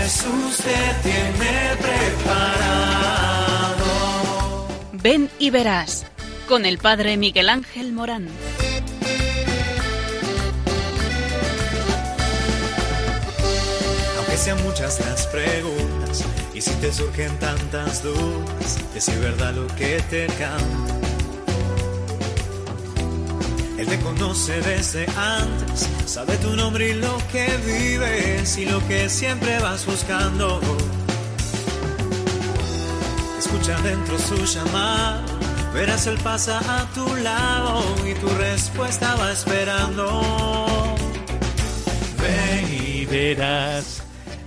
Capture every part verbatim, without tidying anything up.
Jesús te tiene preparado. Ven y verás, con el Padre Miguel Ángel Morán. Aunque sean muchas las preguntas, y si te surgen tantas dudas, de si es verdad lo que te canta. Él te conoce desde antes, sabe tu nombre y lo que vives y lo que siempre vas buscando. Escucha dentro su llamado, verás él pasa a tu lado y tu respuesta va esperando. Ven y verás,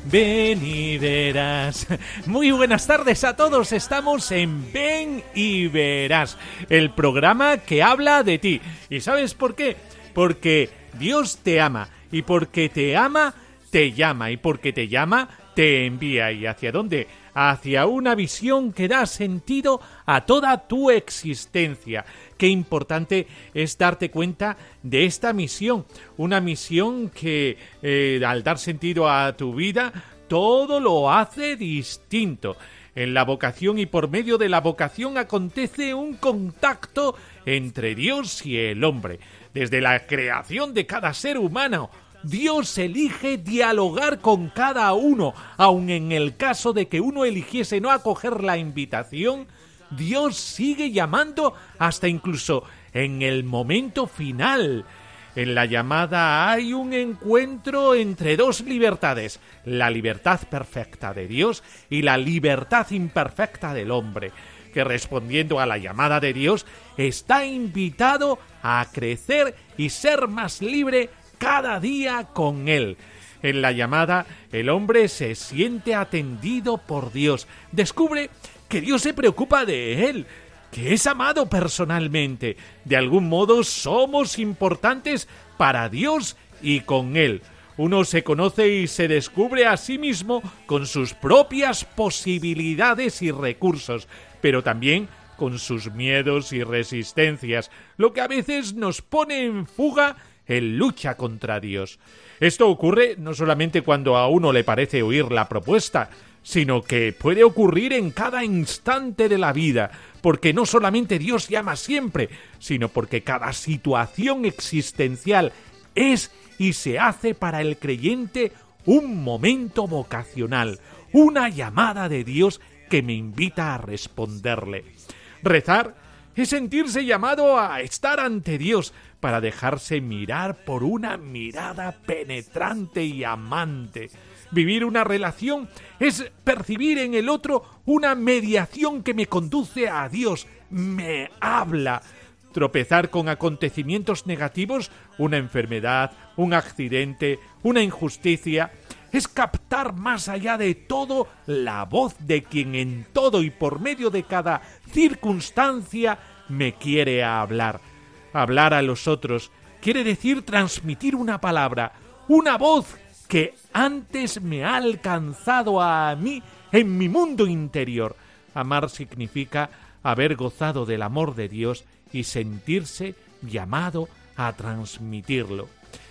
ven y verás. Muy buenas tardes a todos, estamos en Ven y Verás, el programa que habla de ti. ¿Y sabes por qué? Porque Dios te ama, y porque te ama, te llama, y porque te llama, te envía. ¿Y hacia dónde? Hacia una visión que da sentido a toda tu existencia. Qué importante es darte cuenta de esta misión, una misión que eh, al dar sentido a tu vida, todo lo hace distinto. En la vocación y por medio de la vocación acontece un contacto entre Dios y el hombre. Desde la creación de cada ser humano, Dios elige dialogar con cada uno, aun en el caso de que uno eligiese no acoger la invitación. Dios sigue llamando hasta incluso en el momento final. En la llamada hay un encuentro entre dos libertades, la libertad perfecta de Dios y la libertad imperfecta del hombre, que respondiendo a la llamada de Dios está invitado a crecer y ser más libre cada día con Él. En la llamada, el hombre se siente atendido por Dios, descubre que Dios se preocupa de él, que es amado personalmente. De algún modo somos importantes para Dios y con Él. Uno se conoce y se descubre a sí mismo con sus propias posibilidades y recursos, pero también con sus miedos y resistencias, lo que a veces nos pone en fuga en lucha contra Dios. Esto ocurre no solamente cuando a uno le parece oír la propuesta, sino que puede ocurrir en cada instante de la vida, porque no solamente Dios llama siempre, sino porque cada situación existencial es y se hace para el creyente un momento vocacional, una llamada de Dios que me invita a responderle. Rezar es sentirse llamado a estar ante Dios para dejarse mirar por una mirada penetrante y amante. Vivir una relación es percibir en el otro una mediación que me conduce a Dios, me habla. Tropezar con acontecimientos negativos, una enfermedad, un accidente, una injusticia, es captar más allá de todo la voz de quien en todo y por medio de cada circunstancia me quiere hablar. Hablar a los otros quiere decir transmitir una palabra, una voz que antes me ha alcanzado a mí en mi mundo interior. Amar significa haber gozado del amor de Dios y sentirse llamado a transmitirlo.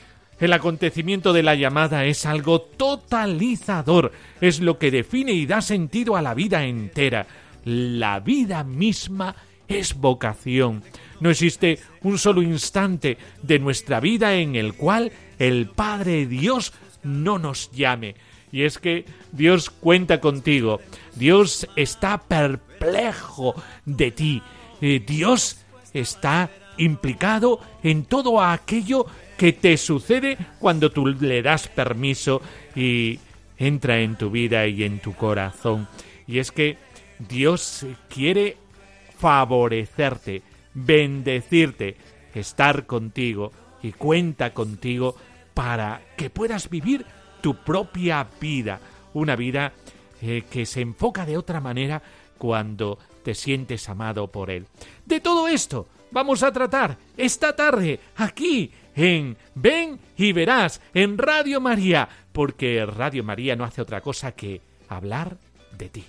El acontecimiento de la llamada es algo totalizador, es lo que define y da sentido a la vida entera. La vida misma es vocación. No existe un solo instante de nuestra vida en el cual el Padre Dios no nos llame. Y es que Dios cuenta contigo. Dios está perplejo de ti. Eh, Dios está implicado en todo aquello que te sucede cuando tú le das permiso y entra en tu vida y en tu corazón. Y es que Dios quiere favorecerte, bendecirte, estar contigo y cuenta contigo para que puedas vivir tu propia vida, una vida eh, que se enfoca de otra manera cuando te sientes amado por Él. De todo esto vamos a tratar esta tarde aquí en Ven y Verás, en Radio María, porque Radio María no hace otra cosa que hablar de ti.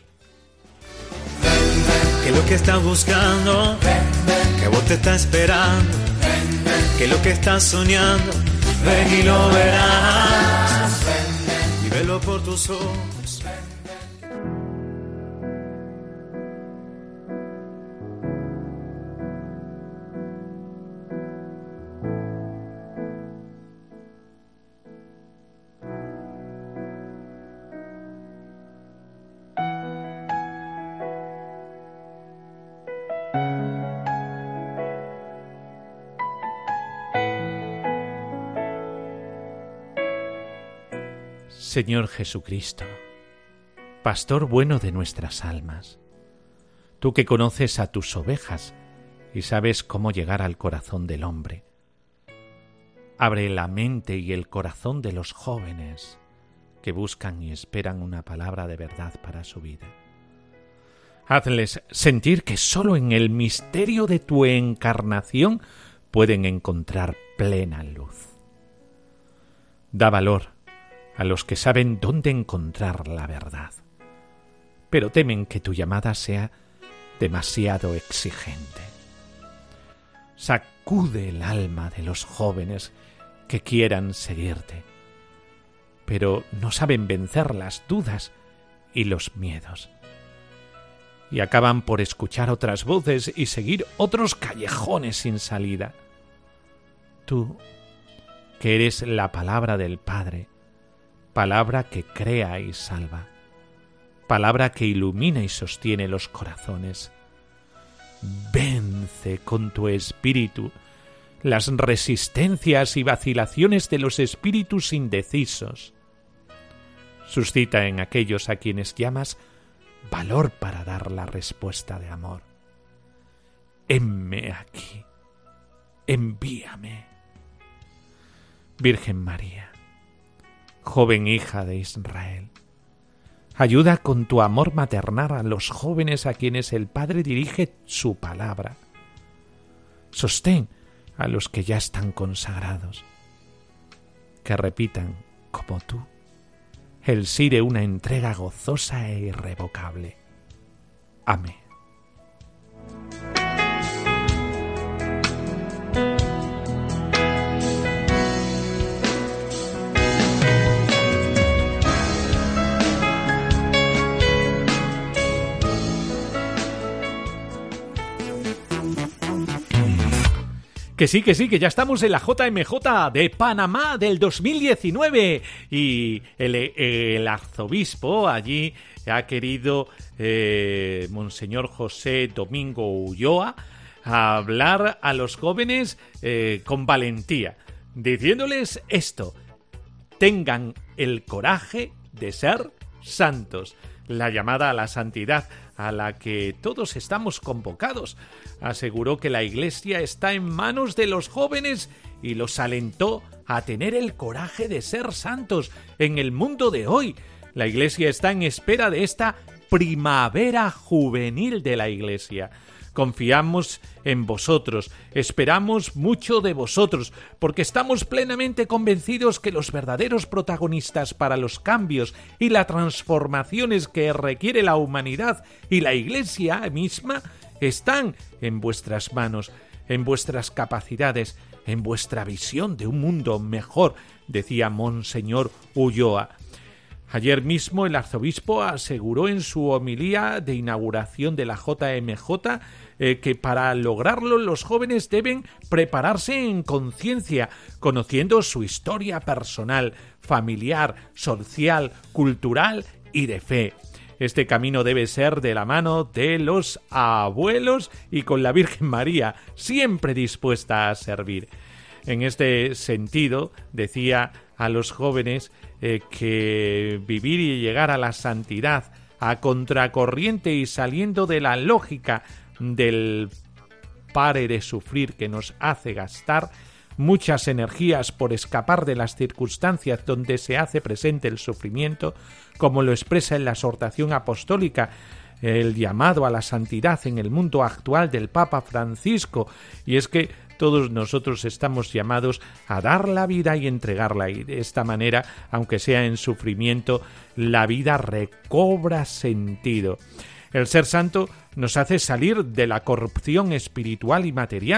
Ven, ven, que lo que estás buscando, ven, ven, que vos te estás esperando, ven, ven, que lo que estás soñando, ven y lo verás, ven, ven, y velo por tus ojos, Señor Jesucristo, Pastor bueno de nuestras almas, tú que conoces a tus ovejas y sabes cómo llegar al corazón del hombre, abre la mente y el corazón de los jóvenes que buscan y esperan una palabra de verdad para su vida. Hazles sentir que sólo en el misterio de tu encarnación pueden encontrar plena luz. Da valor a los que saben dónde encontrar la verdad, pero temen que tu llamada sea demasiado exigente. Sacude el alma de los jóvenes que quieran seguirte, pero no saben vencer las dudas y los miedos, y acaban por escuchar otras voces y seguir otros callejones sin salida. Tú, que eres la palabra del Padre, palabra que crea y salva, palabra que ilumina y sostiene los corazones, vence con tu espíritu las resistencias y vacilaciones de los espíritus indecisos. Suscita en aquellos a quienes llamas valor para dar la respuesta de amor. Heme aquí, envíame. Virgen María, joven hija de Israel, ayuda con tu amor maternal a los jóvenes a quienes el Padre dirige su palabra. Sostén a los que ya están consagrados, que repitan, como tú, el sí de una entrega gozosa e irrevocable. Amén. Que sí, que sí, que ya estamos en la J M J de Panamá del dos mil diecinueve y el, el arzobispo allí ha querido, eh, Monseñor José Domingo Ulloa, hablar a los jóvenes eh, con valentía, diciéndoles esto: tengan el coraje de ser santos. La llamada a la santidad a la que todos estamos convocados. Aseguró que la Iglesia está en manos de los jóvenes y los alentó a tener el coraje de ser santos en el mundo de hoy. La Iglesia está en espera de esta primavera juvenil de la Iglesia. Confiamos en vosotros, esperamos mucho de vosotros, porque estamos plenamente convencidos que los verdaderos protagonistas para los cambios y las transformaciones que requiere la humanidad y la Iglesia misma están en vuestras manos, en vuestras capacidades, en vuestra visión de un mundo mejor, decía Monseñor Ulloa. Ayer mismo el arzobispo aseguró en su homilía de inauguración de la J M J eh, que para lograrlo los jóvenes deben prepararse en conciencia, conociendo su historia personal, familiar, social, cultural y de fe. Este camino debe ser de la mano de los abuelos y con la Virgen María, siempre dispuesta a servir. En este sentido, decía a los jóvenes eh, que vivir y llegar a la santidad a contracorriente y saliendo de la lógica del pare de sufrir que nos hace gastar muchas energías por escapar de las circunstancias donde se hace presente el sufrimiento, como lo expresa en la exhortación apostólica el llamado a la santidad en el mundo actual del Papa Francisco, y es que todos nosotros estamos llamados a dar la vida y entregarla, y de esta manera, aunque sea en sufrimiento, la vida recobra sentido. El ser santo nos hace salir de la corrupción espiritual y material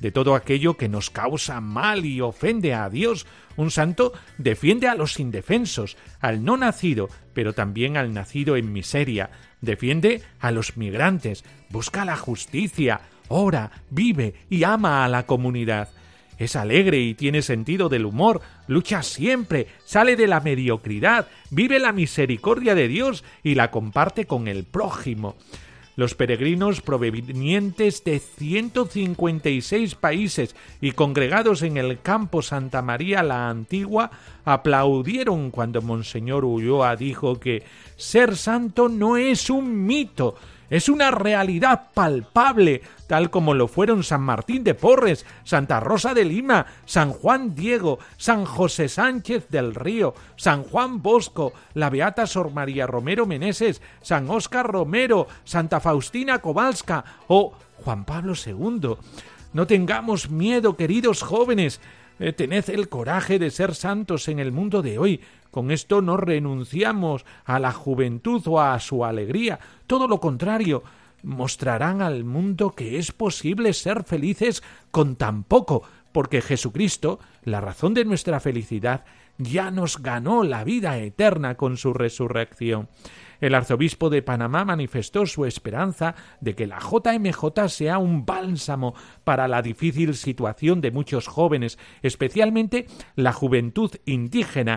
de todo aquello que nos causa mal y ofende a Dios. Un santo defiende a los indefensos, al no nacido, pero también al nacido en miseria. Defiende a los migrantes, busca la justicia, ora, vive y ama a la comunidad. Es alegre y tiene sentido del humor, lucha siempre, sale de la mediocridad, vive la misericordia de Dios y la comparte con el prójimo. Los peregrinos provenientes de ciento cincuenta y seis países y congregados en el campo Santa María la Antigua aplaudieron cuando Monseñor Ulloa dijo que ser santo no es un mito, es una realidad palpable, tal como lo fueron San Martín de Porres, Santa Rosa de Lima, San Juan Diego, San José Sánchez del Río, San Juan Bosco, la beata Sor María Romero Meneses, San Óscar Romero, Santa Faustina Kowalska o Juan Pablo segundo. No tengamos miedo, queridos jóvenes. Eh, tened el coraje de ser santos en el mundo de hoy. Con esto no renunciamos a la juventud o a su alegría. Todo lo contrario, mostrarán al mundo que es posible ser felices con tan poco, porque Jesucristo, la razón de nuestra felicidad, ya nos ganó la vida eterna con su resurrección. El arzobispo de Panamá manifestó su esperanza de que la J M J sea un bálsamo para la difícil situación de muchos jóvenes, especialmente la juventud indígena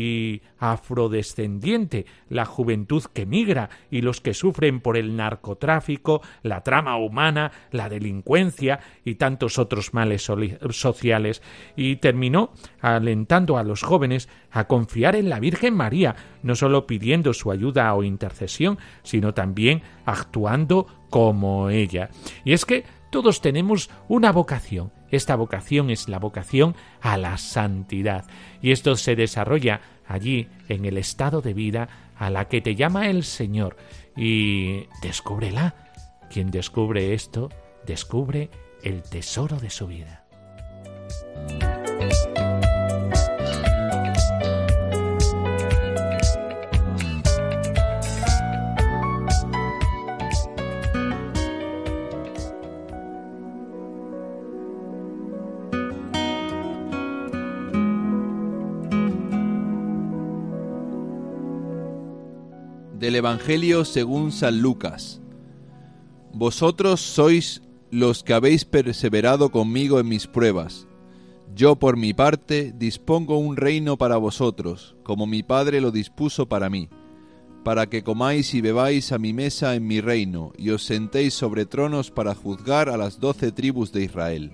y afrodescendiente, la juventud que migra y los que sufren por el narcotráfico, la trama humana, la delincuencia y tantos otros males sociales. Y terminó alentando a los jóvenes a confiar en la Virgen María, no solo pidiendo su ayuda o intercesión, sino también actuando como ella. Y es que todos tenemos una vocación. Esta vocación es la vocación a la santidad. Y esto se desarrolla allí en el estado de vida a la que te llama el Señor. Y descúbrela. Quien descubre esto, descubre el tesoro de su vida. Del Evangelio según San Lucas. Vosotros sois los que habéis perseverado conmigo en mis pruebas. Yo, por mi parte, dispongo un reino para vosotros, como mi Padre lo dispuso para mí, para que comáis y bebáis a mi mesa en mi reino, y os sentéis sobre tronos para juzgar a las doce tribus de Israel.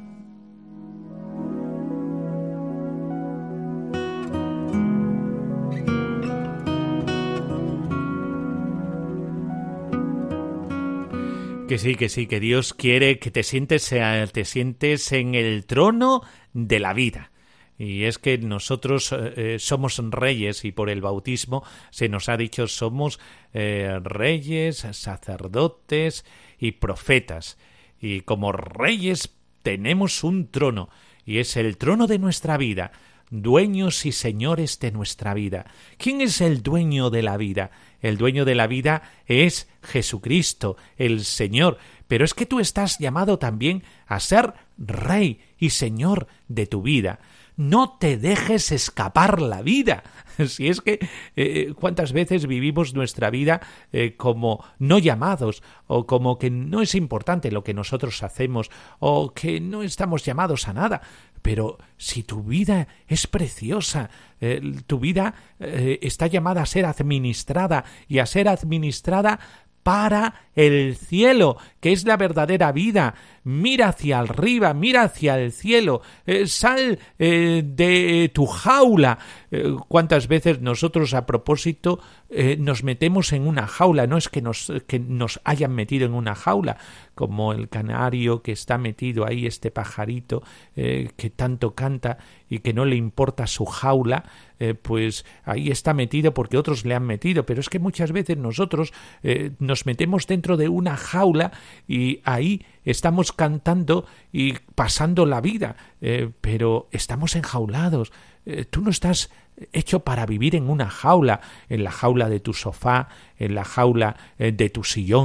Que sí, que sí, que Dios quiere que te sientes, te sientes en el trono de la vida. Y es que nosotros eh, somos reyes y por el bautismo se nos ha dicho somos eh, reyes, sacerdotes y profetas. Y como reyes tenemos un trono y es el trono de nuestra vida, dueños y señores de nuestra vida. ¿Quién es el dueño de la vida? El dueño de la vida es Jesucristo, el Señor. Pero es que tú estás llamado también a ser Rey y Señor de tu vida. No te dejes escapar la vida. Si es que eh, cuántas veces vivimos nuestra vida eh, como no llamados, o como que no es importante lo que nosotros hacemos, o que no estamos llamados a nada. Pero si tu vida es preciosa, eh, tu vida eh, está llamada a ser administrada y a ser administrada para el cielo, que es la verdadera vida. Mira hacia arriba, mira hacia el cielo, eh, sal eh, de tu jaula. Eh, ¿Cuántas veces nosotros a propósito eh, nos metemos en una jaula? No es que nos, que nos hayan metido en una jaula, como el canario que está metido ahí, este pajarito eh, que tanto canta y que no le importa su jaula, eh, pues ahí está metido porque otros le han metido. Pero es que muchas veces nosotros eh, nos metemos dentro de una jaula y ahí estamos cantando y pasando la vida, eh, pero estamos enjaulados. Eh, tú no estás hecho para vivir en una jaula, en la jaula de tu sofá, en la jaula eh, de tu sillón,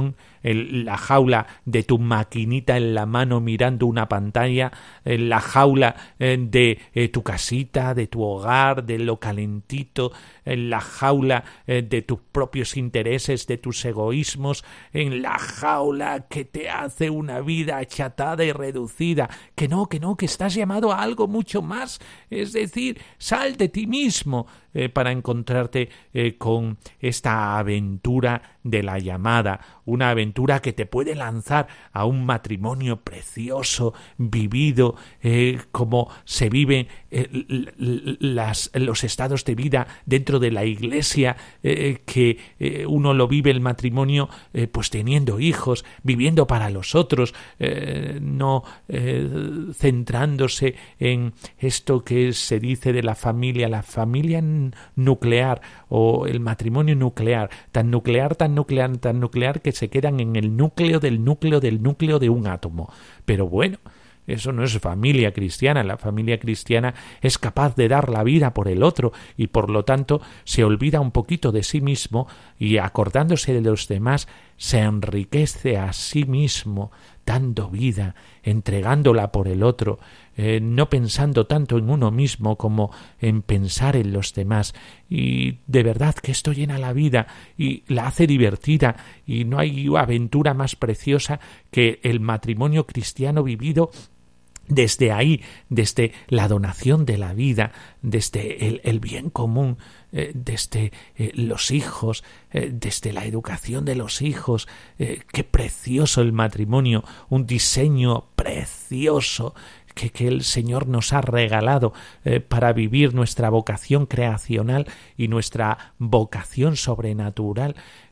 el, la jaula de tu maquinita en la mano mirando una pantalla, en la jaula eh, de eh, tu casita, de tu hogar, de lo calentito, en la jaula eh, de tus propios intereses, de tus egoísmos, en la jaula que te hace una vida achatada y reducida. Que no, que no, que estás llamado a algo mucho más. Es decir, sal de ti mismo eh, para encontrarte eh, con esta aventura de la llamada, una aventura que te puede lanzar a un matrimonio precioso, vivido eh, como se viven eh, las, los estados de vida dentro de la iglesia, eh, que eh, uno lo vive el matrimonio eh, pues teniendo hijos, viviendo para los otros, eh, no eh, centrándose en esto que se dice de la familia, la familia nuclear o el matrimonio nuclear, tan nuclear, tan nuclear, tan nuclear que se quedan en el núcleo del núcleo del núcleo de un átomo. Pero bueno, eso no es familia cristiana. La familia cristiana es capaz de dar la vida por el otro y por lo tanto se olvida un poquito de sí mismo y acordándose de los demás se enriquece a sí mismo dando vida, entregándola por el otro, eh, no pensando tanto en uno mismo como en pensar en los demás. Y de verdad que esto llena la vida y la hace divertida, y no hay aventura más preciosa que el matrimonio cristiano vivido desde ahí, desde la donación de la vida, desde el, el bien común, eh, desde eh, los hijos, eh, desde la educación de los hijos. Eh, qué precioso el matrimonio, un diseño precioso que, que el Señor nos ha regalado eh, para vivir nuestra vocación creacional y nuestra vocación sobrenatural.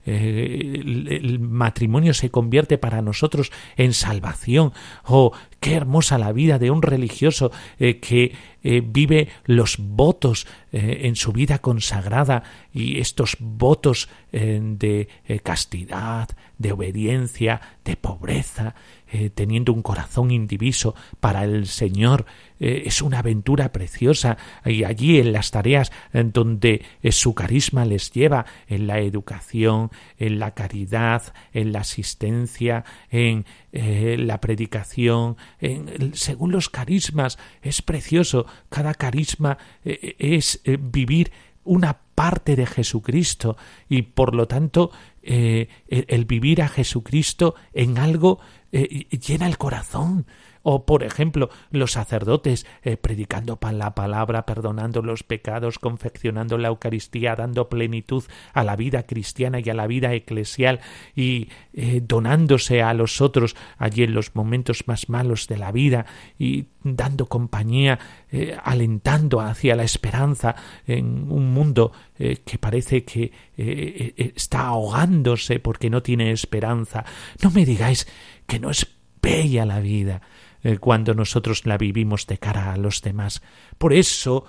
Eh, el, el matrimonio se convierte para nosotros en salvación. Oh, qué hermosa la vida de un religioso eh, que eh, vive los votos eh, en su vida consagrada, y estos votos eh, de eh, castidad, de obediencia, de pobreza, eh, teniendo un corazón indiviso para el Señor. Eh, es una aventura preciosa, y allí en las tareas en donde eh, su carisma les lleva, en la educación, en la caridad, en la asistencia, en eh, la predicación, en, según los carismas. Es precioso. Cada carisma eh, es eh, vivir una parte de Jesucristo, y por lo tanto eh, el, el vivir a Jesucristo en algo eh, llena el corazón. O, por ejemplo, los sacerdotes eh, predicando la palabra, perdonando los pecados, confeccionando la Eucaristía, dando plenitud a la vida cristiana y a la vida eclesial, y eh, donándose a los otros allí en los momentos más malos de la vida, y dando compañía, eh, alentando hacia la esperanza en un mundo eh, que parece que eh, eh, está ahogándose porque no tiene esperanza. No me digáis que no es bella la vida cuando nosotros la vivimos de cara a los demás. Por eso,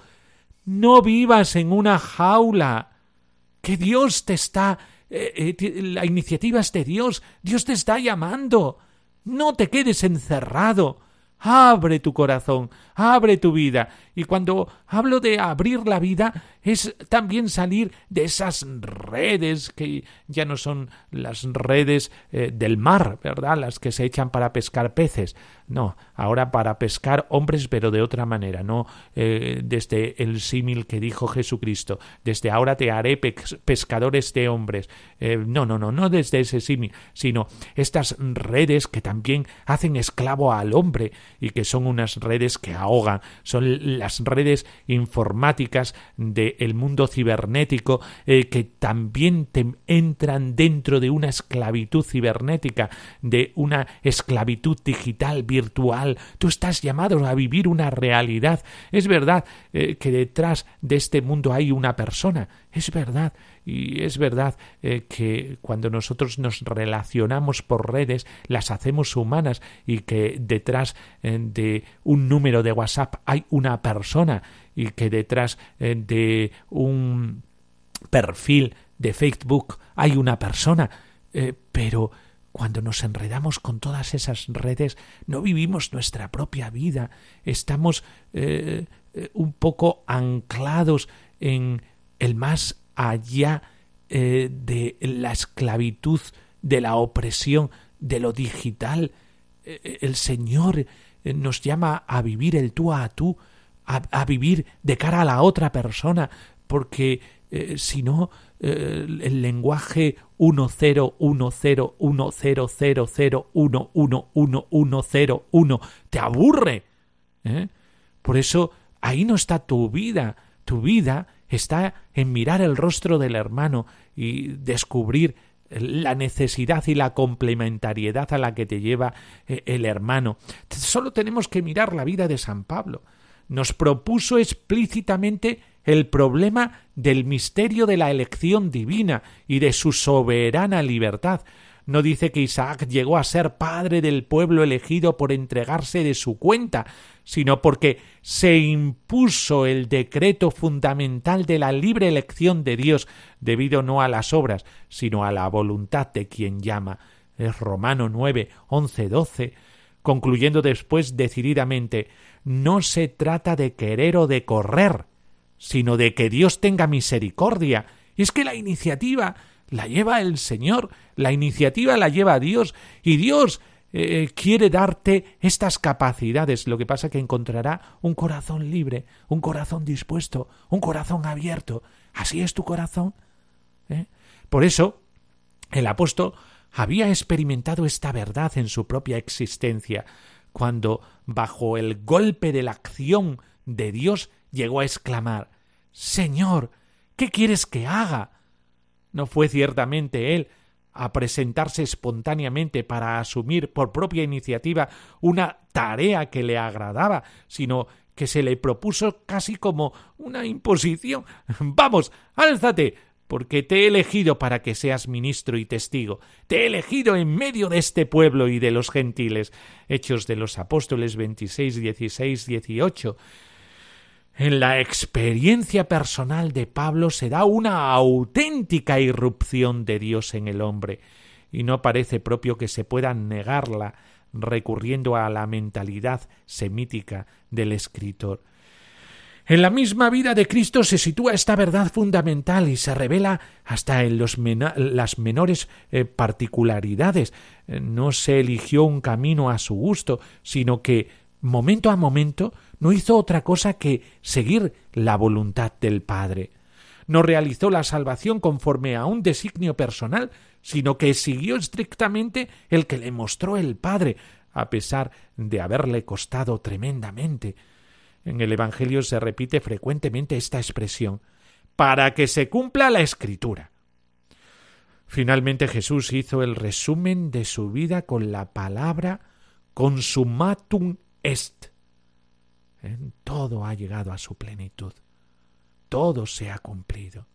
no vivas en una jaula, que Dios te está... Eh, eh, la iniciativa es de Dios, Dios te está llamando. No te quedes encerrado. Abre tu corazón, abre tu vida. Y cuando hablo de abrir la vida, es también salir de esas redes que ya no son las redes eh, del mar, ¿verdad?, las que se echan para pescar peces. No, ahora para pescar hombres, pero de otra manera, no eh, desde el símil que dijo Jesucristo, desde ahora te haré pe- pescadores de hombres. Eh, no, no, no, no desde ese símil, sino estas redes que también hacen esclavo al hombre y que son unas redes que ahogan, son las redes informáticas del mundo cibernético eh, que también te entran dentro de una esclavitud cibernética, de una esclavitud digital, virtual. Tú estás llamado a vivir una realidad. Es verdad eh, que detrás de este mundo hay una persona, es verdad, y es verdad eh, que cuando nosotros nos relacionamos por redes las hacemos humanas, y que detrás eh, de un número de WhatsApp hay una persona, y que detrás eh, de un perfil de Facebook hay una persona, eh, pero cuando nos enredamos con todas esas redes no vivimos nuestra propia vida, estamos eh, un poco anclados en el más allá eh, de la esclavitud de la opresión de lo digital. El Señor nos llama a vivir el tú a tú, a, a vivir de cara a la otra persona, porque eh, si no, eh, el lenguaje uno cero uno cero uno cero cero cero uno uno uno uno cero uno te aburre, ¿eh? Por eso ahí no está tu vida. Tu vida está en mirar el rostro del hermano y descubrir la necesidad y la complementariedad a la que te lleva el hermano. Solo tenemos que mirar la vida de San Pablo. Nos propuso explícitamente el problema del misterio de la elección divina y de su soberana libertad. No dice que Isaac llegó a ser padre del pueblo elegido por entregarse de su cuenta, sino porque se impuso el decreto fundamental de la libre elección de Dios, debido no a las obras, sino a la voluntad de quien llama. Es Romano nueve, once, doce, concluyendo después decididamente: no se trata de querer o de correr, sino de que Dios tenga misericordia. Y es que la iniciativa la lleva el Señor, la iniciativa la lleva Dios, y Dios eh, quiere darte estas capacidades. Lo que pasa es que encontrará un corazón libre, un corazón dispuesto, un corazón abierto. ¿Así es tu corazón? ¿Eh? Por eso, el apóstol había experimentado esta verdad en su propia existencia, cuando, bajo el golpe de la acción de Dios, llegó a exclamar: «Señor, ¿qué quieres que haga?». No fue ciertamente él a presentarse espontáneamente para asumir por propia iniciativa una tarea que le agradaba, sino que se le propuso casi como una imposición. «Vamos, álzate, porque te he elegido para que seas ministro y testigo. Te he elegido en medio de este pueblo y de los gentiles». Hechos de los Apóstoles veintiséis, dieciséis, dieciocho. En la experiencia personal de Pablo se da una auténtica irrupción de Dios en el hombre, y no parece propio que se pueda negarla recurriendo a la mentalidad semítica del escritor. En la misma vida de Cristo se sitúa esta verdad fundamental y se revela hasta en los mena- las menores eh, particularidades. No se eligió un camino a su gusto, sino que momento a momento no hizo otra cosa que seguir la voluntad del Padre. No realizó la salvación conforme a un designio personal, sino que siguió estrictamente el que le mostró el Padre, a pesar de haberle costado tremendamente. En el Evangelio se repite frecuentemente esta expresión: «para que se cumpla la Escritura». Finalmente Jesús hizo el resumen de su vida con la palabra «consumatum est». Todo ha llegado a su plenitud. Todo se ha cumplido.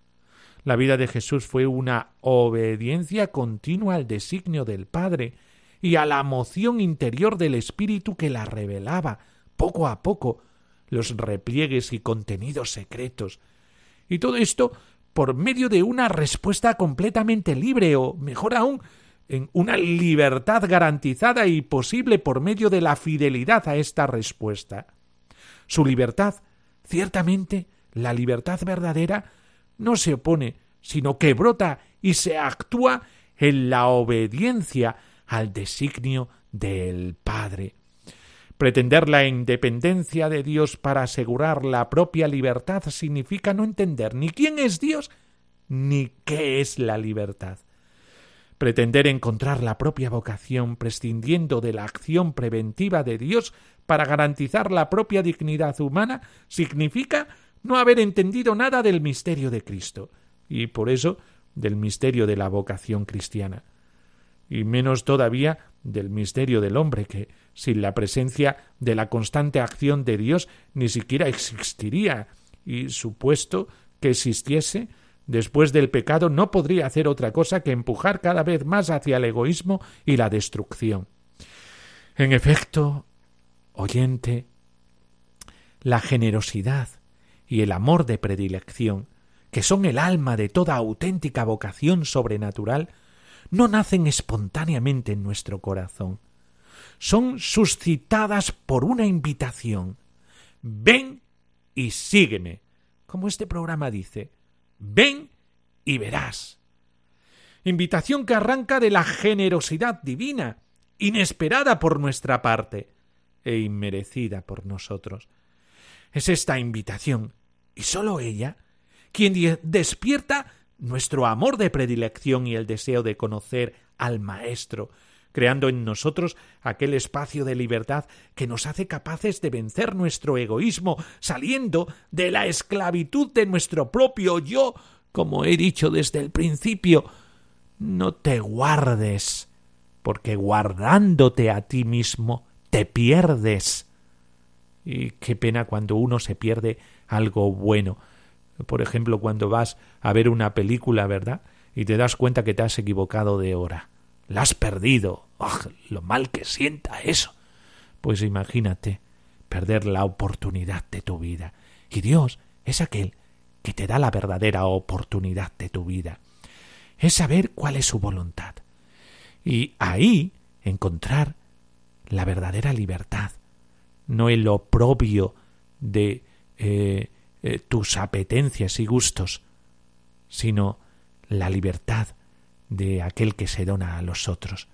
La vida de Jesús fue una obediencia continua al designio del Padre y a la moción interior del Espíritu que la revelaba, poco a poco, los repliegues y contenidos secretos. Y todo esto por medio de una respuesta completamente libre, o mejor aún, en una libertad garantizada y posible por medio de la fidelidad a esta respuesta. Su libertad, ciertamente, la libertad verdadera, no se opone, sino que brota y se actúa en la obediencia al designio del Padre. Pretender la independencia de Dios para asegurar la propia libertad significa no entender ni quién es Dios ni qué es la libertad. Pretender encontrar la propia vocación prescindiendo de la acción preventiva de Dios para garantizar la propia dignidad humana significa no haber entendido nada del misterio de Cristo y, por eso, del misterio de la vocación cristiana. Y menos todavía del misterio del hombre, que, sin la presencia de la constante acción de Dios, ni siquiera existiría, y supuesto que existiese, después del pecado no podría hacer otra cosa que empujar cada vez más hacia el egoísmo y la destrucción. En efecto, oyente, la generosidad y el amor de predilección, que son el alma de toda auténtica vocación sobrenatural, no nacen espontáneamente en nuestro corazón. Son suscitadas por una invitación. Ven y sígueme, como este programa dice. Ven y verás. invitación que arranca de la generosidad divina, inesperada por nuestra parte e inmerecida por nosotros. Es esta invitación, y sólo ella, quien despierta nuestro amor de predilección y el deseo de conocer al Maestro, creando en nosotros aquel espacio de libertad que nos hace capaces de vencer nuestro egoísmo, saliendo de la esclavitud de nuestro propio yo. Como he dicho desde el principio, no te guardes, porque guardándote a ti mismo te pierdes. Y qué pena cuando uno se pierde algo bueno. Por ejemplo, cuando vas a ver una película, ¿verdad? Y te das cuenta que te has equivocado de hora. La has perdido. ¡Oh, lo mal que sienta eso! Pues imagínate perder la oportunidad de tu vida. Y Dios es aquel que te da la verdadera oportunidad de tu vida. Es saber cuál es su voluntad. Y ahí encontrar la verdadera libertad. No el oprobio de eh, eh, tus apetencias y gustos, sino la libertad de aquel que se dona a los otros.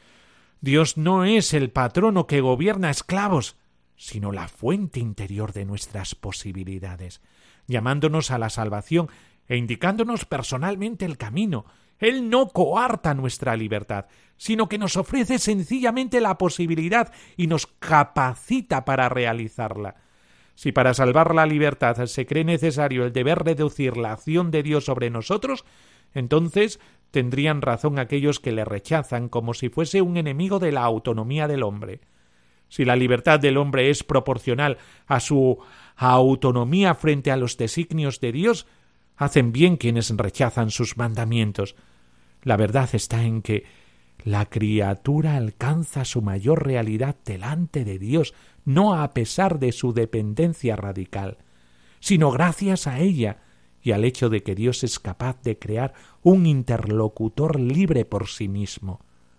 Dios no es el patrono que gobierna esclavos, sino la fuente interior de nuestras posibilidades, llamándonos a la salvación e indicándonos personalmente el camino. Él no coarta nuestra libertad, sino que nos ofrece sencillamente la posibilidad y nos capacita para realizarla. Si para salvar la libertad se cree necesario el deber reducir la acción de Dios sobre nosotros, entonces tendrían razón aquellos que le rechazan como si fuese un enemigo de la autonomía del hombre. Si la libertad del hombre es proporcional a su autonomía frente a los designios de Dios, hacen bien quienes rechazan sus mandamientos. La verdad está en que la criatura alcanza su mayor realidad delante de Dios, no a pesar de su dependencia radical, sino gracias a ella y al hecho de que Dios es capaz de crear un interlocutor libre por sí mismo.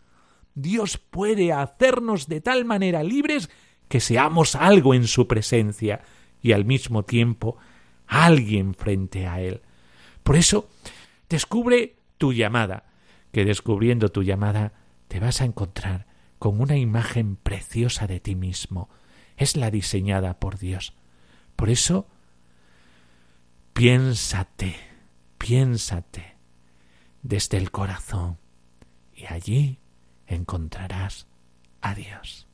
Dios puede hacernos de tal manera libres que seamos algo en su presencia y al mismo tiempo alguien frente a Él. Por eso, descubre tu llamada, que descubriendo tu llamada te vas a encontrar con una imagen preciosa de ti mismo. Es la diseñada por Dios. Por eso, piénsate, piénsate desde el corazón y allí encontrarás a Dios.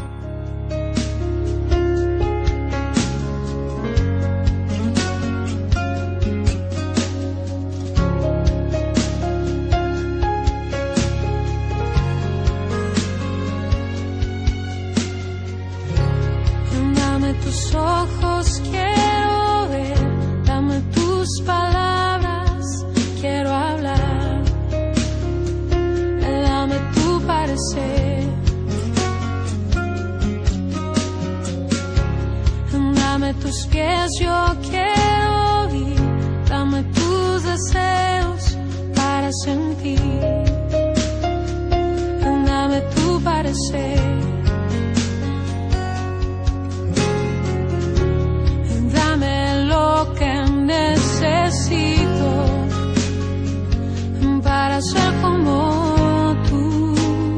Dame tus ojos, quiero ver, dame tus palabras, quiero hablar, dame tu parecer, dame tus pies, yo quiero oír, dame tus deseos para sentir, dame tu parecer. Lo que necesito para ser como tú.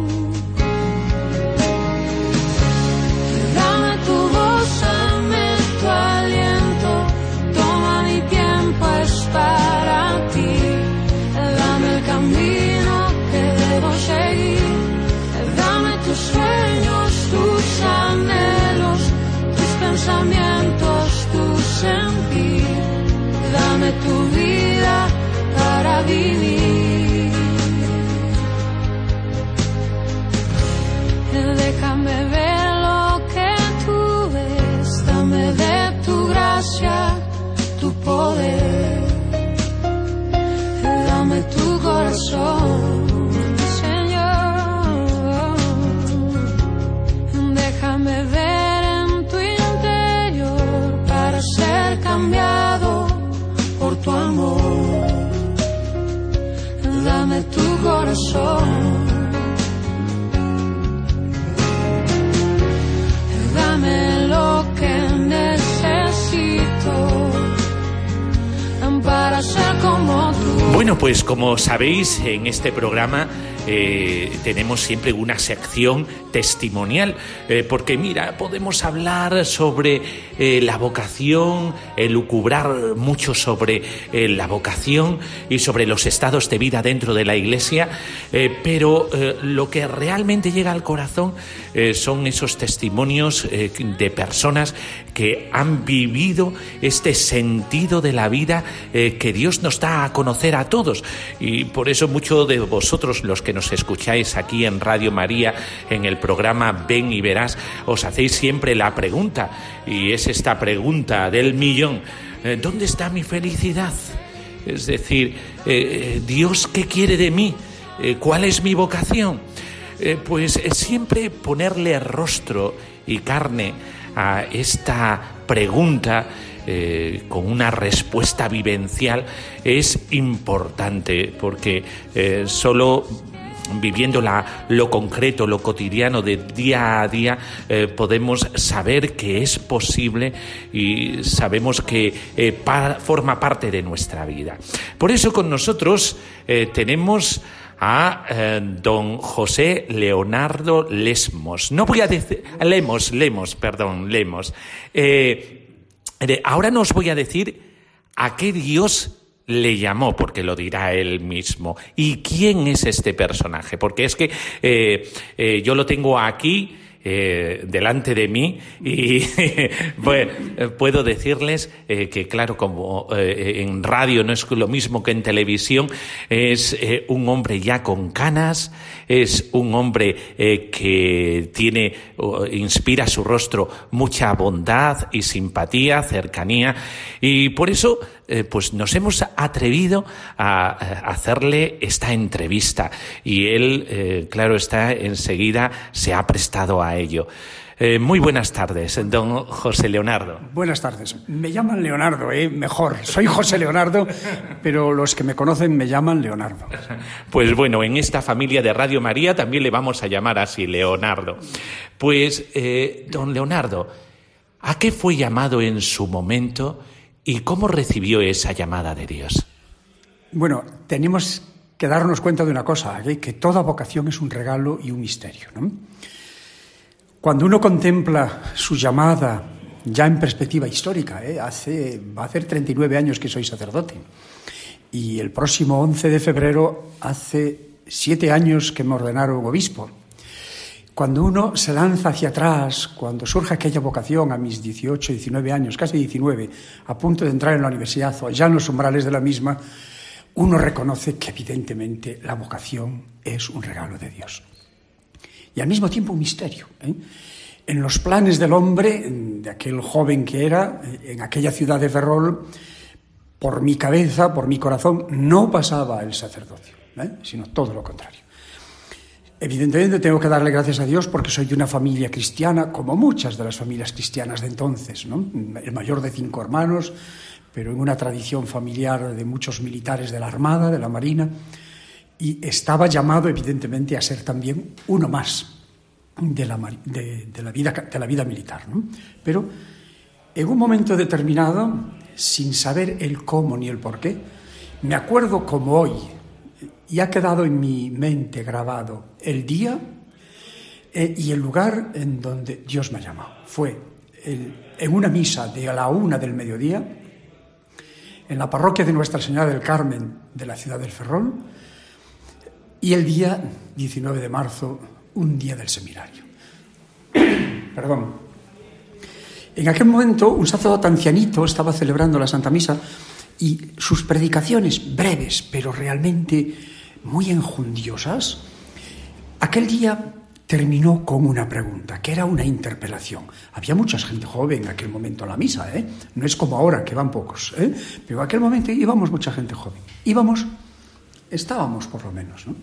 Dame tu voz, dame tu aliento, toma mi tiempo, es para ti. Dame el camino que debo seguir, dame tus sueños, tus anhelos, tus pensamientos, tus sentir, dame tu vida para vivir. Déjame ver lo que tú ves, dame de tu gracia, tu poder, dame tu corazón, Señor. Déjame ver ser cambiado por tu amor, dame tu corazón, dame lo que necesito para ser como tú. Bueno, Bueno, pues como sabéis, en este programa eh, tenemos siempre una sección testimonial, eh, porque mira, podemos hablar sobre eh, la vocación, elucubrar mucho sobre eh, la vocación y sobre los estados de vida dentro de la Iglesia, eh, pero eh, lo que realmente llega al corazón eh, son esos testimonios eh, de personas que han vivido este sentido de la vida eh, que Dios nos da a conocer a todos, y por eso muchos de vosotros, los que nos escucháis aquí en Radio María, en el programa Ven y Verás, os hacéis siempre la pregunta, y es esta pregunta del millón: ¿dónde está mi felicidad? Es decir, eh, Dios, ¿qué quiere de mí? Eh, ¿cuál es mi vocación? Eh, pues eh, siempre ponerle rostro y carne a esta pregunta Eh, con una respuesta vivencial es importante, porque eh, solo viviendo la, lo concreto, lo cotidiano de día a día, eh, podemos saber que es posible y sabemos que eh, pa, forma parte de nuestra vida. Por eso con nosotros eh, tenemos a eh, don José Leonardo Lesmos. No voy a decir Lemos, Lemos, perdón, Lemos. Eh, Ahora no os voy a decir a qué Dios le llamó, porque lo dirá él mismo. ¿Y quién es este personaje? Porque es que eh, eh, yo lo tengo aquí eh, delante de mí y pues, puedo decirles eh, que, claro, como eh, en radio no es lo mismo que en televisión, es eh, un hombre ya con canas, es un hombre eh, que tiene, uh, inspira su rostro mucha bondad y simpatía, cercanía, y por eso eh, pues nos hemos atrevido a, a hacerle esta entrevista, y él, eh, claro está, enseguida se ha prestado a ello. Eh, muy buenas tardes, don José Leonardo. Buenas tardes. Me llaman Leonardo, ¿eh? Mejor. Soy José Leonardo, pero los que me conocen me llaman Leonardo. Pues bueno, en esta familia de Radio María también le vamos a llamar así, Leonardo. Pues, eh, don Leonardo, ¿a qué fue llamado en su momento y cómo recibió esa llamada de Dios? Bueno, tenemos que darnos cuenta de una cosa, ¿eh? Que toda vocación es un regalo y un misterio, ¿no? Cuando uno contempla su llamada ya en perspectiva histórica, ¿eh? hace, va a hacer treinta y nueve años que soy sacerdote, y el próximo once de febrero hace siete años que me ordenaron obispo. Cuando uno se lanza hacia atrás, cuando surge aquella vocación a mis dieciocho, diecinueve años, casi diecinueve, a punto de entrar en la universidad o ya en los umbrales de la misma, uno reconoce que evidentemente la vocación es un regalo de Dios. Y al mismo tiempo un misterio, ¿eh? En los planes del hombre, de aquel joven que era, en aquella ciudad de Ferrol, por mi cabeza, por mi corazón, no pasaba el sacerdocio, ¿eh? Sino todo lo contrario. Evidentemente tengo que darle gracias a Dios porque soy de una familia cristiana, como muchas de las familias cristianas de entonces, ¿no? El mayor de cinco hermanos, pero en una tradición familiar de muchos militares de la Armada, de la Marina, y estaba llamado evidentemente a ser también uno más de la, de, de la, vida, de la vida militar, ¿no? Pero en un momento determinado, sin saber el cómo ni el por qué, me acuerdo como hoy, y ha quedado en mi mente grabado el día eh, y el lugar en donde Dios me ha llamado. Fue el, en una misa de a la una del mediodía, en la parroquia de Nuestra Señora del Carmen de la ciudad del Ferrol, y el día diecinueve de marzo, un día del seminario. Perdón. En aquel momento, un sacerdote ancianito estaba celebrando la Santa Misa y sus predicaciones, breves, pero realmente muy enjundiosas, aquel día terminó con una pregunta, que era una interpelación. Había mucha gente joven en aquel momento a la misa, ¿eh? No es como ahora, que van pocos, ¿eh? Pero en aquel momento íbamos mucha gente joven. Íbamos... Estábamos, por lo menos, ¿no?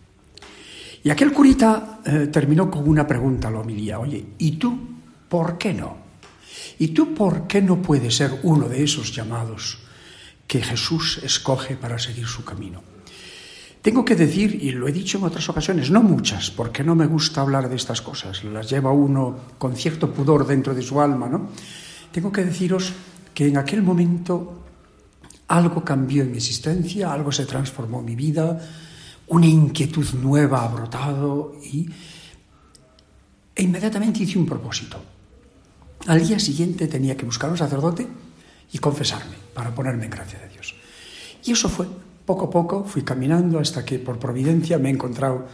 Y aquel curita eh, terminó con una pregunta a la homilía. Oye, ¿y tú por qué no? ¿Y tú por qué no puedes ser uno de esos llamados que Jesús escoge para seguir su camino? Tengo que decir, y lo he dicho en otras ocasiones, no muchas, porque no me gusta hablar de estas cosas, las lleva uno con cierto pudor dentro de su alma, ¿no? Tengo que deciros que en aquel momento algo cambió en mi existencia, algo se transformó en mi vida, una inquietud nueva ha brotado y e inmediatamente hice un propósito. Al día siguiente tenía que buscar a un sacerdote y confesarme para ponerme en gracia de Dios. Y eso fue, poco a poco, fui caminando hasta que por providencia me he encontrado,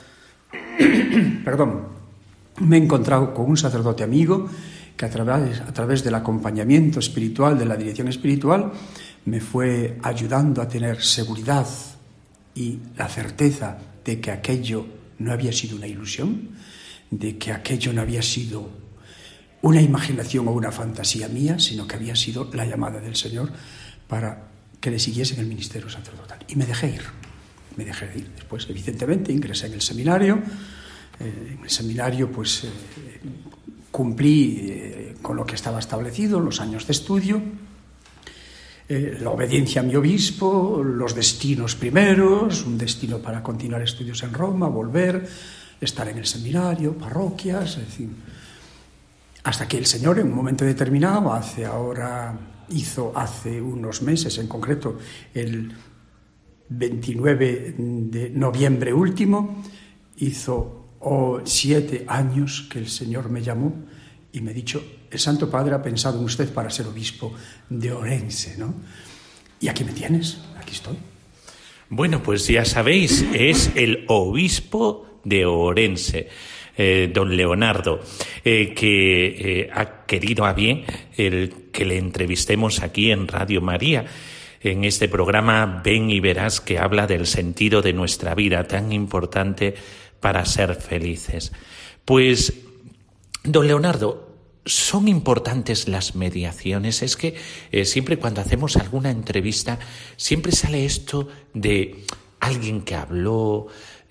perdón, me he encontrado con un sacerdote amigo que a través, a través del acompañamiento espiritual, de la dirección espiritual, me fue ayudando a tener seguridad y la certeza de que aquello no había sido una ilusión, de que aquello no había sido una imaginación o una fantasía mía, sino que había sido la llamada del Señor para que le siguiese en el ministerio sacerdotal. Y me dejé ir, me dejé ir. Después, evidentemente, ingresé en el seminario. Eh, en el seminario, pues, eh, cumplí eh, con lo que estaba establecido, los años de estudio, eh, la obediencia a mi obispo, los destinos primeros, un destino para continuar estudios en Roma, volver, estar en el seminario, parroquias, es decir, hasta que el Señor en un momento determinado, hace ahora, hizo hace unos meses, en concreto el veintinueve de noviembre último, hizo oh, siete años que el Señor me llamó y me ha dicho: el Santo Padre ha pensado en usted para ser obispo de Orense, ¿no? Y aquí me tienes, aquí estoy. Bueno, pues ya sabéis, es el obispo de Orense, eh, don Leonardo, eh, que eh, ha querido a bien el que le entrevistemos aquí en Radio María, en este programa Ven y Verás, que habla del sentido de nuestra vida, tan importante para ser felices. Pues, don Leonardo, ¿son importantes las mediaciones? Es que eh, siempre cuando hacemos alguna entrevista, siempre sale esto de alguien que habló,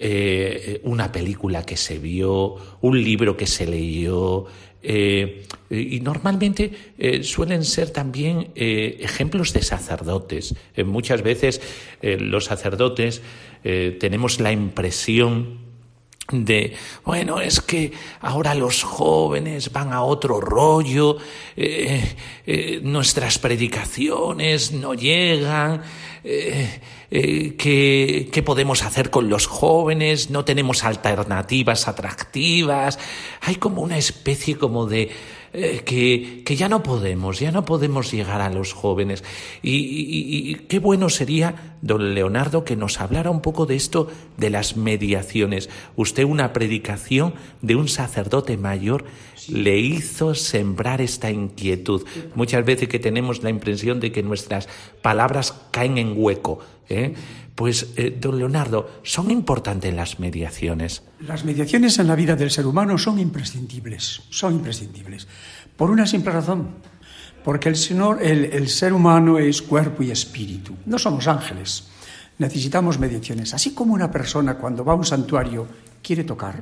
eh, una película que se vio, un libro que se leyó, eh, y normalmente eh, suelen ser también eh, ejemplos de sacerdotes. Eh, muchas veces eh, los sacerdotes eh, tenemos la impresión de, bueno, es que ahora los jóvenes van a otro rollo, eh, eh, nuestras predicaciones no llegan, eh, eh, ¿qué, ¿qué podemos hacer con los jóvenes? No tenemos alternativas atractivas. Hay como una especie como de eh, que, que ya no podemos, ya no podemos llegar a los jóvenes. Y, y, y qué bueno sería, don Leonardo, que nos hablara un poco de esto de las mediaciones. Usted, una predicación de un sacerdote mayor, le hizo sembrar esta inquietud. Muchas veces que tenemos la impresión de que nuestras palabras caen en hueco, ¿eh? Pues, eh, don Leonardo, ¿son importantes las mediaciones? Las mediaciones en la vida del ser humano son imprescindibles, son imprescindibles, por una simple razón, porque el, Señor, el, el ser humano es cuerpo y espíritu, no somos ángeles, necesitamos mediaciones, así como una persona cuando va a un santuario quiere tocar,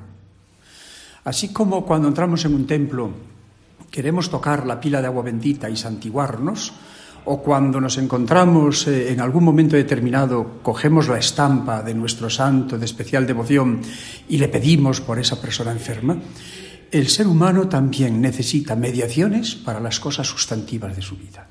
así como cuando entramos en un templo queremos tocar la pila de agua bendita y santiguarnos, o cuando nos encontramos eh, en algún momento determinado, cogemos la estampa de nuestro santo de especial devoción y le pedimos por esa persona enferma, el ser humano también necesita mediaciones para las cosas sustantivas de su vida.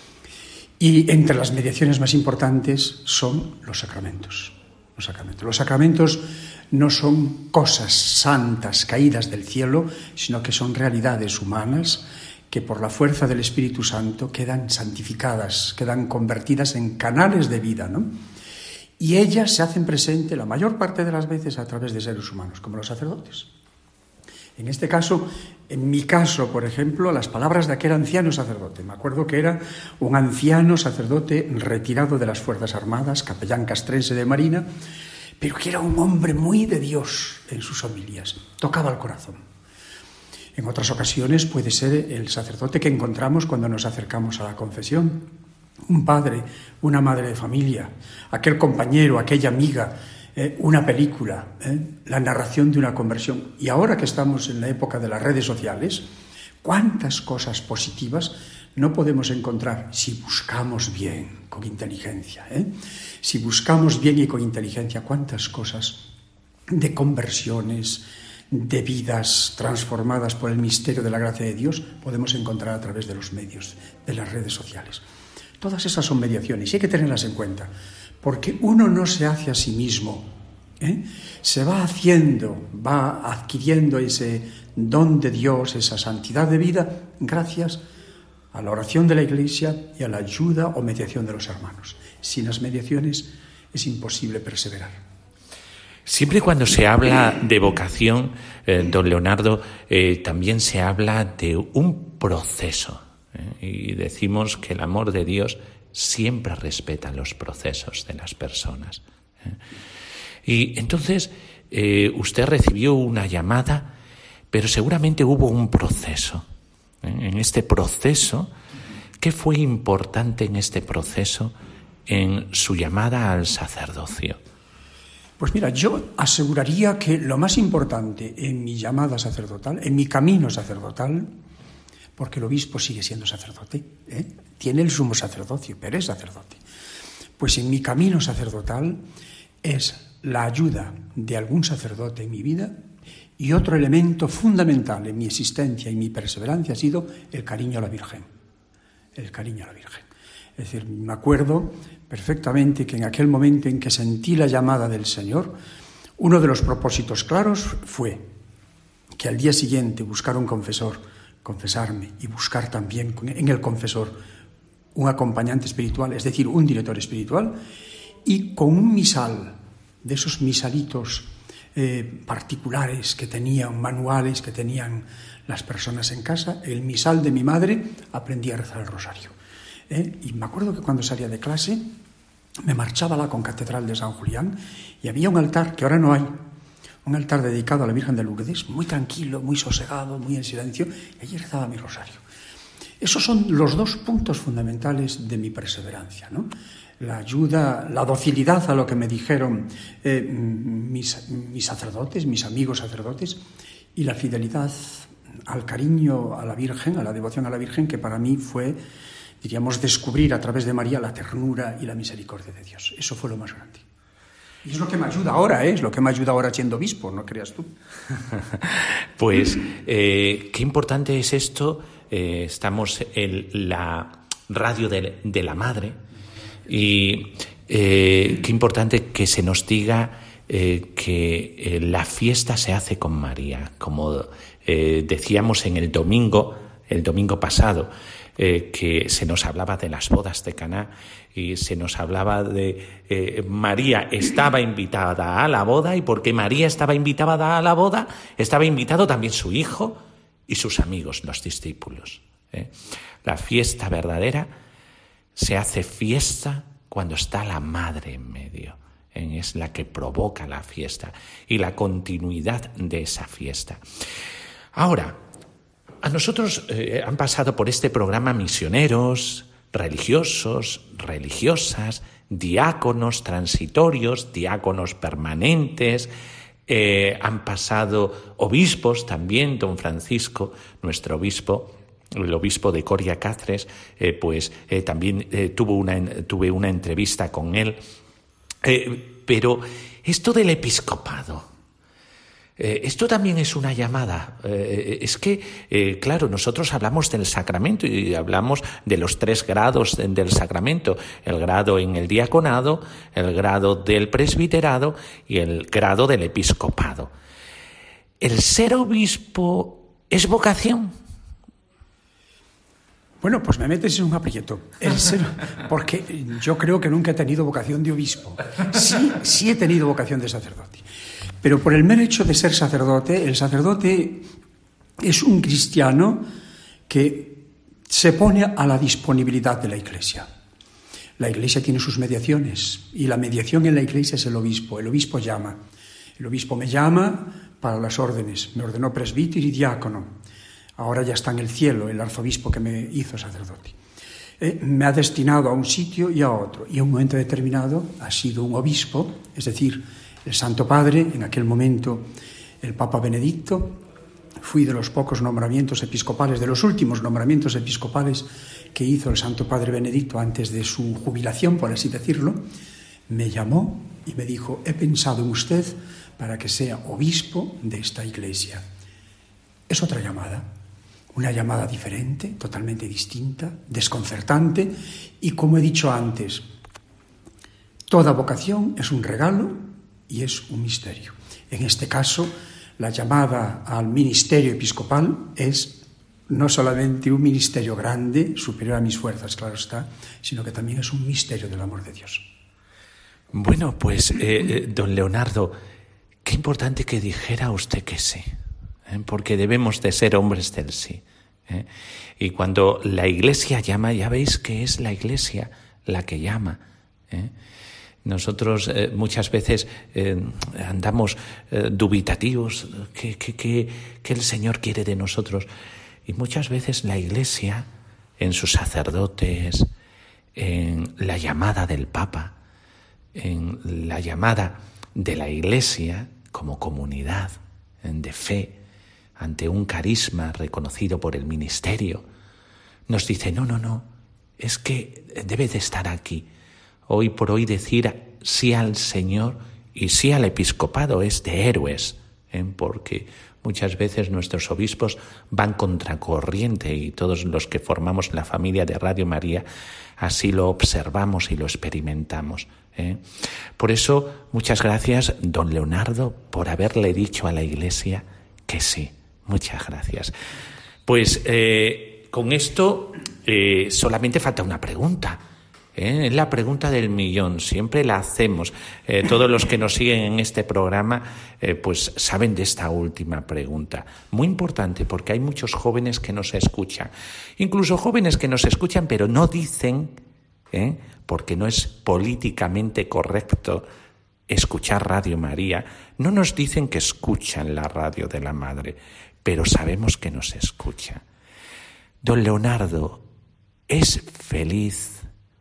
Y entre las mediaciones más importantes son los sacramentos. Los sacramentos, los sacramentos no son cosas santas caídas del cielo, sino que son realidades humanas que por la fuerza del Espíritu Santo quedan santificadas, quedan convertidas en canales de vida, ¿no? Y ellas se hacen presente la mayor parte de las veces a través de seres humanos, como los sacerdotes. En este caso, en mi caso, por ejemplo, las palabras de aquel anciano sacerdote. Me acuerdo que era un anciano sacerdote retirado de las Fuerzas Armadas, capellán castrense de Marina, pero que era un hombre muy de Dios en sus homilías, tocaba el corazón. En otras ocasiones puede ser el sacerdote que encontramos cuando nos acercamos a la confesión, un padre, una madre de familia, aquel compañero, aquella amiga, eh, una película, eh, la narración de una conversión. Y ahora que estamos en la época de las redes sociales, ¿cuántas cosas positivas no podemos encontrar si buscamos bien, con inteligencia? ¿eh? Si buscamos bien y con inteligencia, ¿cuántas cosas de conversiones, de vidas transformadas por el misterio de la gracia de Dios podemos encontrar a través de los medios, de las redes sociales? Todas esas son mediaciones y hay que tenerlas en cuenta, porque uno no se hace a sí mismo, ¿eh? Se va haciendo, va adquiriendo ese don de Dios, esa santidad de vida, gracias a la oración de la Iglesia y a la ayuda o mediación de los hermanos. Sin las mediaciones es imposible perseverar. Siempre cuando se habla de vocación, eh, don Leonardo, eh, también se habla de un proceso. ¿eh? Y decimos que el amor de Dios siempre respeta los procesos de las personas. ¿eh? Y entonces eh, usted recibió una llamada, pero seguramente hubo un proceso. ¿eh? En este proceso, ¿qué fue importante en este proceso en su llamada al sacerdocio? Pues mira, yo aseguraría que lo más importante en mi llamada sacerdotal, en mi camino sacerdotal, porque el obispo sigue siendo sacerdote, ¿eh? tiene el sumo sacerdocio, pero es sacerdote. Pues en mi camino sacerdotal es la ayuda de algún sacerdote en mi vida, y otro elemento fundamental en mi existencia y mi perseverancia ha sido el cariño a la Virgen. El cariño a la Virgen. Es decir, me acuerdo perfectamente que en aquel momento en que sentí la llamada del Señor, uno de los propósitos claros fue que al día siguiente buscar un confesor, confesarme y buscar también en el confesor un acompañante espiritual, es decir, un director espiritual, y con un misal, de esos misalitos eh, particulares que tenían, manuales que tenían las personas en casa, el misal de mi madre, aprendí a rezar el rosario. ¿eh? Y me acuerdo que cuando salía de clase me marchaba a la concatedral de San Julián y había un altar que ahora no hay, un altar dedicado a la Virgen de Lourdes, muy tranquilo, muy sosegado, muy en silencio, y allí rezaba mi rosario. Esos son los dos puntos fundamentales de mi perseverancia, ¿no? La ayuda, la docilidad a lo que me dijeron eh, mis, mis sacerdotes, mis amigos sacerdotes, y la fidelidad al cariño a la Virgen, a la devoción a la Virgen, que para mí fue, diríamos, descubrir a través de María la ternura y la misericordia de Dios. Eso fue lo más grande. Y es lo que me ayuda ahora, ¿eh? Es lo que me ayuda ahora siendo obispo, no creas tú. Pues eh, qué importante es esto. Eh, estamos en la radio de, de la Madre y eh, qué importante que se nos diga eh, que eh, la fiesta se hace con María, como eh, decíamos en el domingo, el domingo pasado. Eh, que se nos hablaba de las bodas de Caná y se nos hablaba de eh, María estaba invitada a la boda, y porque María estaba invitada a la boda, estaba invitado también su hijo y sus amigos, los discípulos. ¿eh? La fiesta verdadera se hace fiesta cuando está la Madre en medio. ¿eh? Es la que provoca la fiesta y la continuidad de esa fiesta. Ahora, a nosotros eh, han pasado por este programa misioneros, religiosos, religiosas, diáconos transitorios, diáconos permanentes, eh, han pasado obispos también, don Francisco, nuestro obispo, el obispo de Coria Cáceres, eh, pues eh, también eh, tuvo una, tuve una entrevista con él. Eh, pero esto del episcopado, Eh, esto también es una llamada. Eh, es que, eh, claro, nosotros hablamos del sacramento y hablamos de los tres grados del sacramento. El grado en el diaconado, el grado del presbiterado y el grado del episcopado. ¿El ser obispo es vocación? Bueno, pues me metes en un aprieto. El ser, porque yo creo que nunca he tenido vocación de obispo. Sí, sí he tenido vocación de sacerdote. Pero por el mero hecho de ser sacerdote, el sacerdote es un cristiano que se pone a la disponibilidad de la Iglesia. La Iglesia tiene sus mediaciones y la mediación en la Iglesia es el obispo. El obispo llama. El obispo me llama para las órdenes. Me ordenó presbítero y diácono. Ahora ya está en el cielo el arzobispo que me hizo sacerdote. Eh, me ha destinado a un sitio y a otro. Y en un momento determinado ha sido un obispo, es decir, el Santo Padre, en aquel momento el Papa Benedicto. Fui de los pocos nombramientos episcopales, de los últimos nombramientos episcopales que hizo el Santo Padre Benedicto antes de su jubilación, por así decirlo. Me llamó y me dijo: he pensado en usted para que sea obispo de esta iglesia. Es otra llamada. una llamada diferente, totalmente distinta, desconcertante, y como he dicho antes, toda vocación es un regalo y es un misterio. En este caso, la llamada al ministerio episcopal es no solamente un ministerio grande, superior a mis fuerzas, claro está, sino que también es un misterio del amor de Dios. Bueno, pues, eh, eh, don Leonardo, qué importante que dijera usted que sí, ¿eh? Porque debemos de ser hombres del sí, ¿eh? Y cuando la Iglesia llama, ya veis que es la Iglesia la que llama, ¿eh? Nosotros eh, muchas veces eh, andamos eh, dubitativos, ¿qué, qué, qué, qué el Señor quiere de nosotros? Y muchas veces la Iglesia, en sus sacerdotes, en la llamada del Papa, en la llamada de la Iglesia como comunidad de fe ante un carisma reconocido por el ministerio, nos dice, no, no, no, es que debe de estar aquí. Hoy por hoy decir sí al Señor y sí al episcopado es de héroes, ¿eh? Porque muchas veces nuestros obispos van contracorriente y todos los que formamos la familia de Radio María así lo observamos y lo experimentamos, ¿eh? Por eso, muchas gracias, don Leonardo, por haberle dicho a la Iglesia que sí. Muchas gracias. Pues eh, con esto eh, solamente falta una pregunta. ¿Eh? Es la pregunta del millón, siempre la hacemos. Eh, todos los que nos siguen en este programa eh, pues saben de esta última pregunta. Muy importante porque hay muchos jóvenes que nos escuchan. Incluso jóvenes que nos escuchan pero no dicen, ¿eh? porque no es políticamente correcto escuchar Radio María, no nos dicen que escuchan la radio de la Madre, pero sabemos que nos escucha. Don Leonardo, ¿es feliz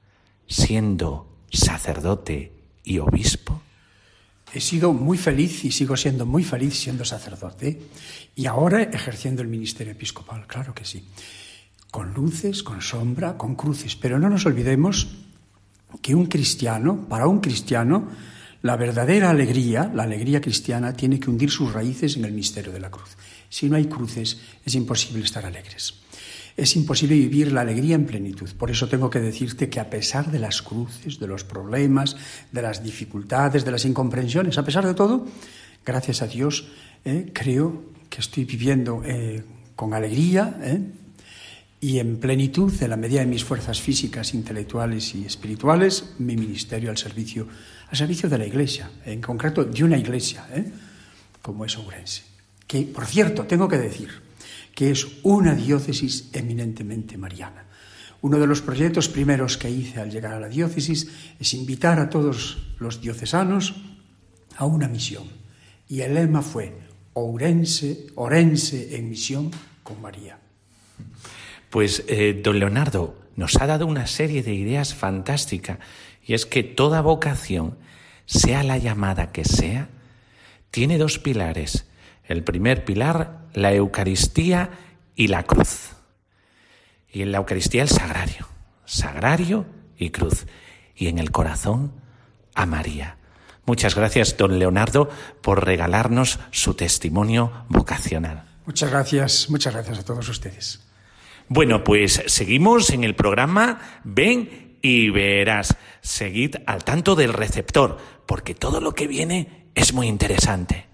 siendo sacerdote y obispo? He sido muy feliz y sigo siendo muy feliz siendo sacerdote y ahora ejerciendo el ministerio episcopal, claro que sí. Con luces, con sombra, con cruces, pero no nos olvidemos que un cristiano, para un cristiano, la verdadera alegría, la alegría cristiana, tiene que hundir sus raíces en el misterio de la cruz. Si no hay cruces, es imposible estar alegres. Es imposible vivir la alegría en plenitud. Por eso tengo que decirte que a pesar de las cruces, de los problemas, de las dificultades, de las incomprensiones, a pesar de todo, gracias a Dios, eh, creo que estoy viviendo eh, con alegría eh, y en plenitud, en la medida de mis fuerzas físicas, intelectuales y espirituales, mi ministerio al servicio, al servicio de la Iglesia, en concreto de una Iglesia, eh, como es Ourense. Que, por cierto, tengo que decir que es una diócesis eminentemente mariana. Uno de los proyectos primeros que hice al llegar a la diócesis es invitar a todos los diocesanos a una misión. Y el lema fue Ourense, Orense en misión con María. Pues, eh, don Leonardo, nos ha dado una serie de ideas fantásticas, y es que toda vocación, sea la llamada que sea, tiene dos pilares. El primer pilar, la Eucaristía y la cruz. Y en la Eucaristía el sagrario, sagrario y cruz. Y en el corazón a María. Muchas gracias, don Leonardo, por regalarnos su testimonio vocacional. Muchas gracias, muchas gracias a todos ustedes. Bueno, pues seguimos en el programa Ven y Verás. Seguid al tanto del receptor, porque todo lo que viene es muy interesante.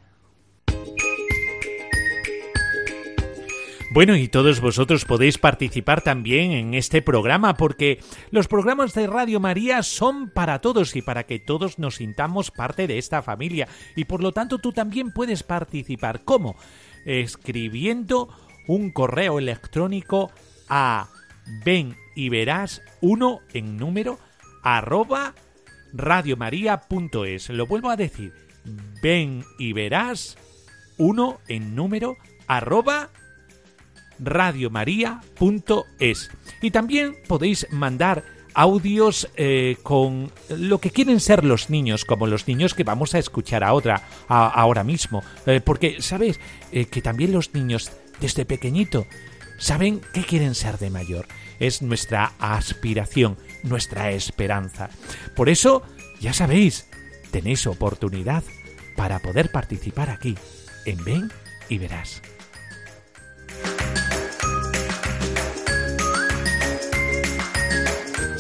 Bueno, y todos vosotros podéis participar también en este programa, porque los programas de Radio María son para todos y para que todos nos sintamos parte de esta familia. Y por lo tanto tú también puedes participar. ¿Cómo? Escribiendo un correo electrónico a ven y verás uno en número arroba radiomaria punto es. Lo vuelvo a decir, ven y verás uno en número arroba radiomaria punto es. Y también podéis mandar audios eh, con lo que quieren ser los niños, como los niños que vamos a escuchar ahora, a, ahora mismo. Eh, porque, ¿sabes? Eh, que también los niños, desde pequeñito, saben qué quieren ser de mayor. Es nuestra aspiración, nuestra esperanza. Por eso, ya sabéis, tenéis oportunidad para poder participar aquí, en Ven y Verás.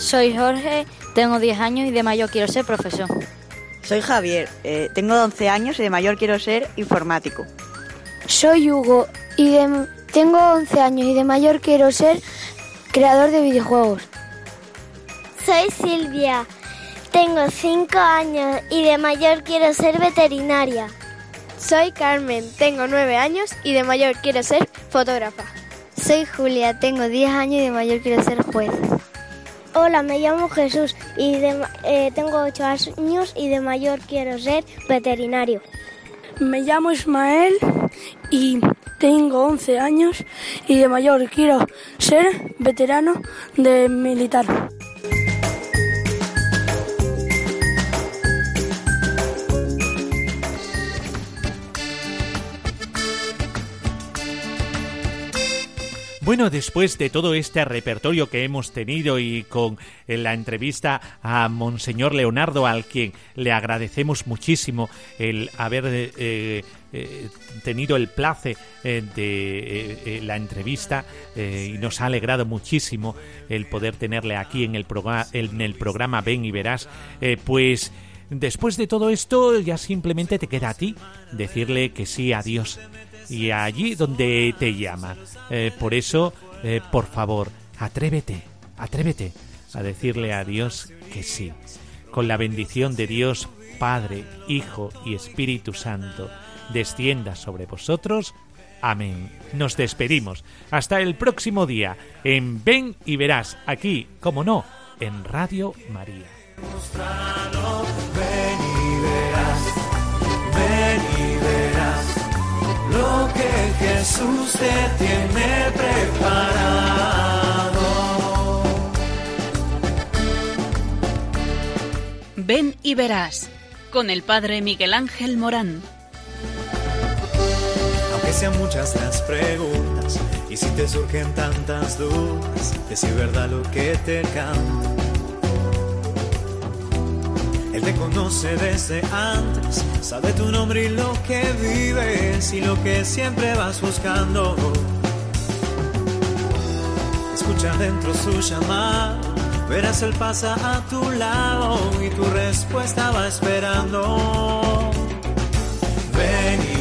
Soy Jorge, tengo diez años y de mayor quiero ser profesor. Soy Javier, eh, tengo once años y de mayor quiero ser informático. Soy Hugo y de, tengo once años y de mayor quiero ser creador de videojuegos. Soy Silvia, tengo cinco años y de mayor quiero ser veterinaria. Soy Carmen, tengo nueve años y de mayor quiero ser fotógrafa. Soy Julia, tengo diez años y de mayor quiero ser juez. Hola, me llamo Jesús y de, eh, tengo ocho años y de mayor quiero ser veterinario. Me llamo Ismael y tengo once años y de mayor quiero ser veterano de militar. Bueno, después de todo este repertorio que hemos tenido y con la entrevista a Monseñor Leonardo, al quien le agradecemos muchísimo el haber eh, eh, tenido el placer eh, de eh, la entrevista eh, y nos ha alegrado muchísimo el poder tenerle aquí en el, programa, en el programa Ven y Verás, eh, pues después de todo esto ya simplemente te queda a ti decirle que sí a Dios. Y allí donde te llama. Eh, por eso, eh, por favor, atrévete, atrévete a decirle a Dios que sí. Con la bendición de Dios, Padre, Hijo y Espíritu Santo, descienda sobre vosotros. Amén. Nos despedimos. Hasta el próximo día en Ven y Verás, aquí, como no, en Radio María. Mostralo, ven y verás, ven y verás lo que Jesús te tiene preparado. Ven y Verás, con el Padre Miguel Ángel Morán. Aunque sean muchas las preguntas y si te surgen tantas dudas de si es verdad lo que te canto, Él te conoce desde antes, sabe tu nombre y lo que vives y lo que siempre vas buscando. Escucha dentro su llamado, verás Él pasa a tu lado y tu respuesta va esperando. Ven y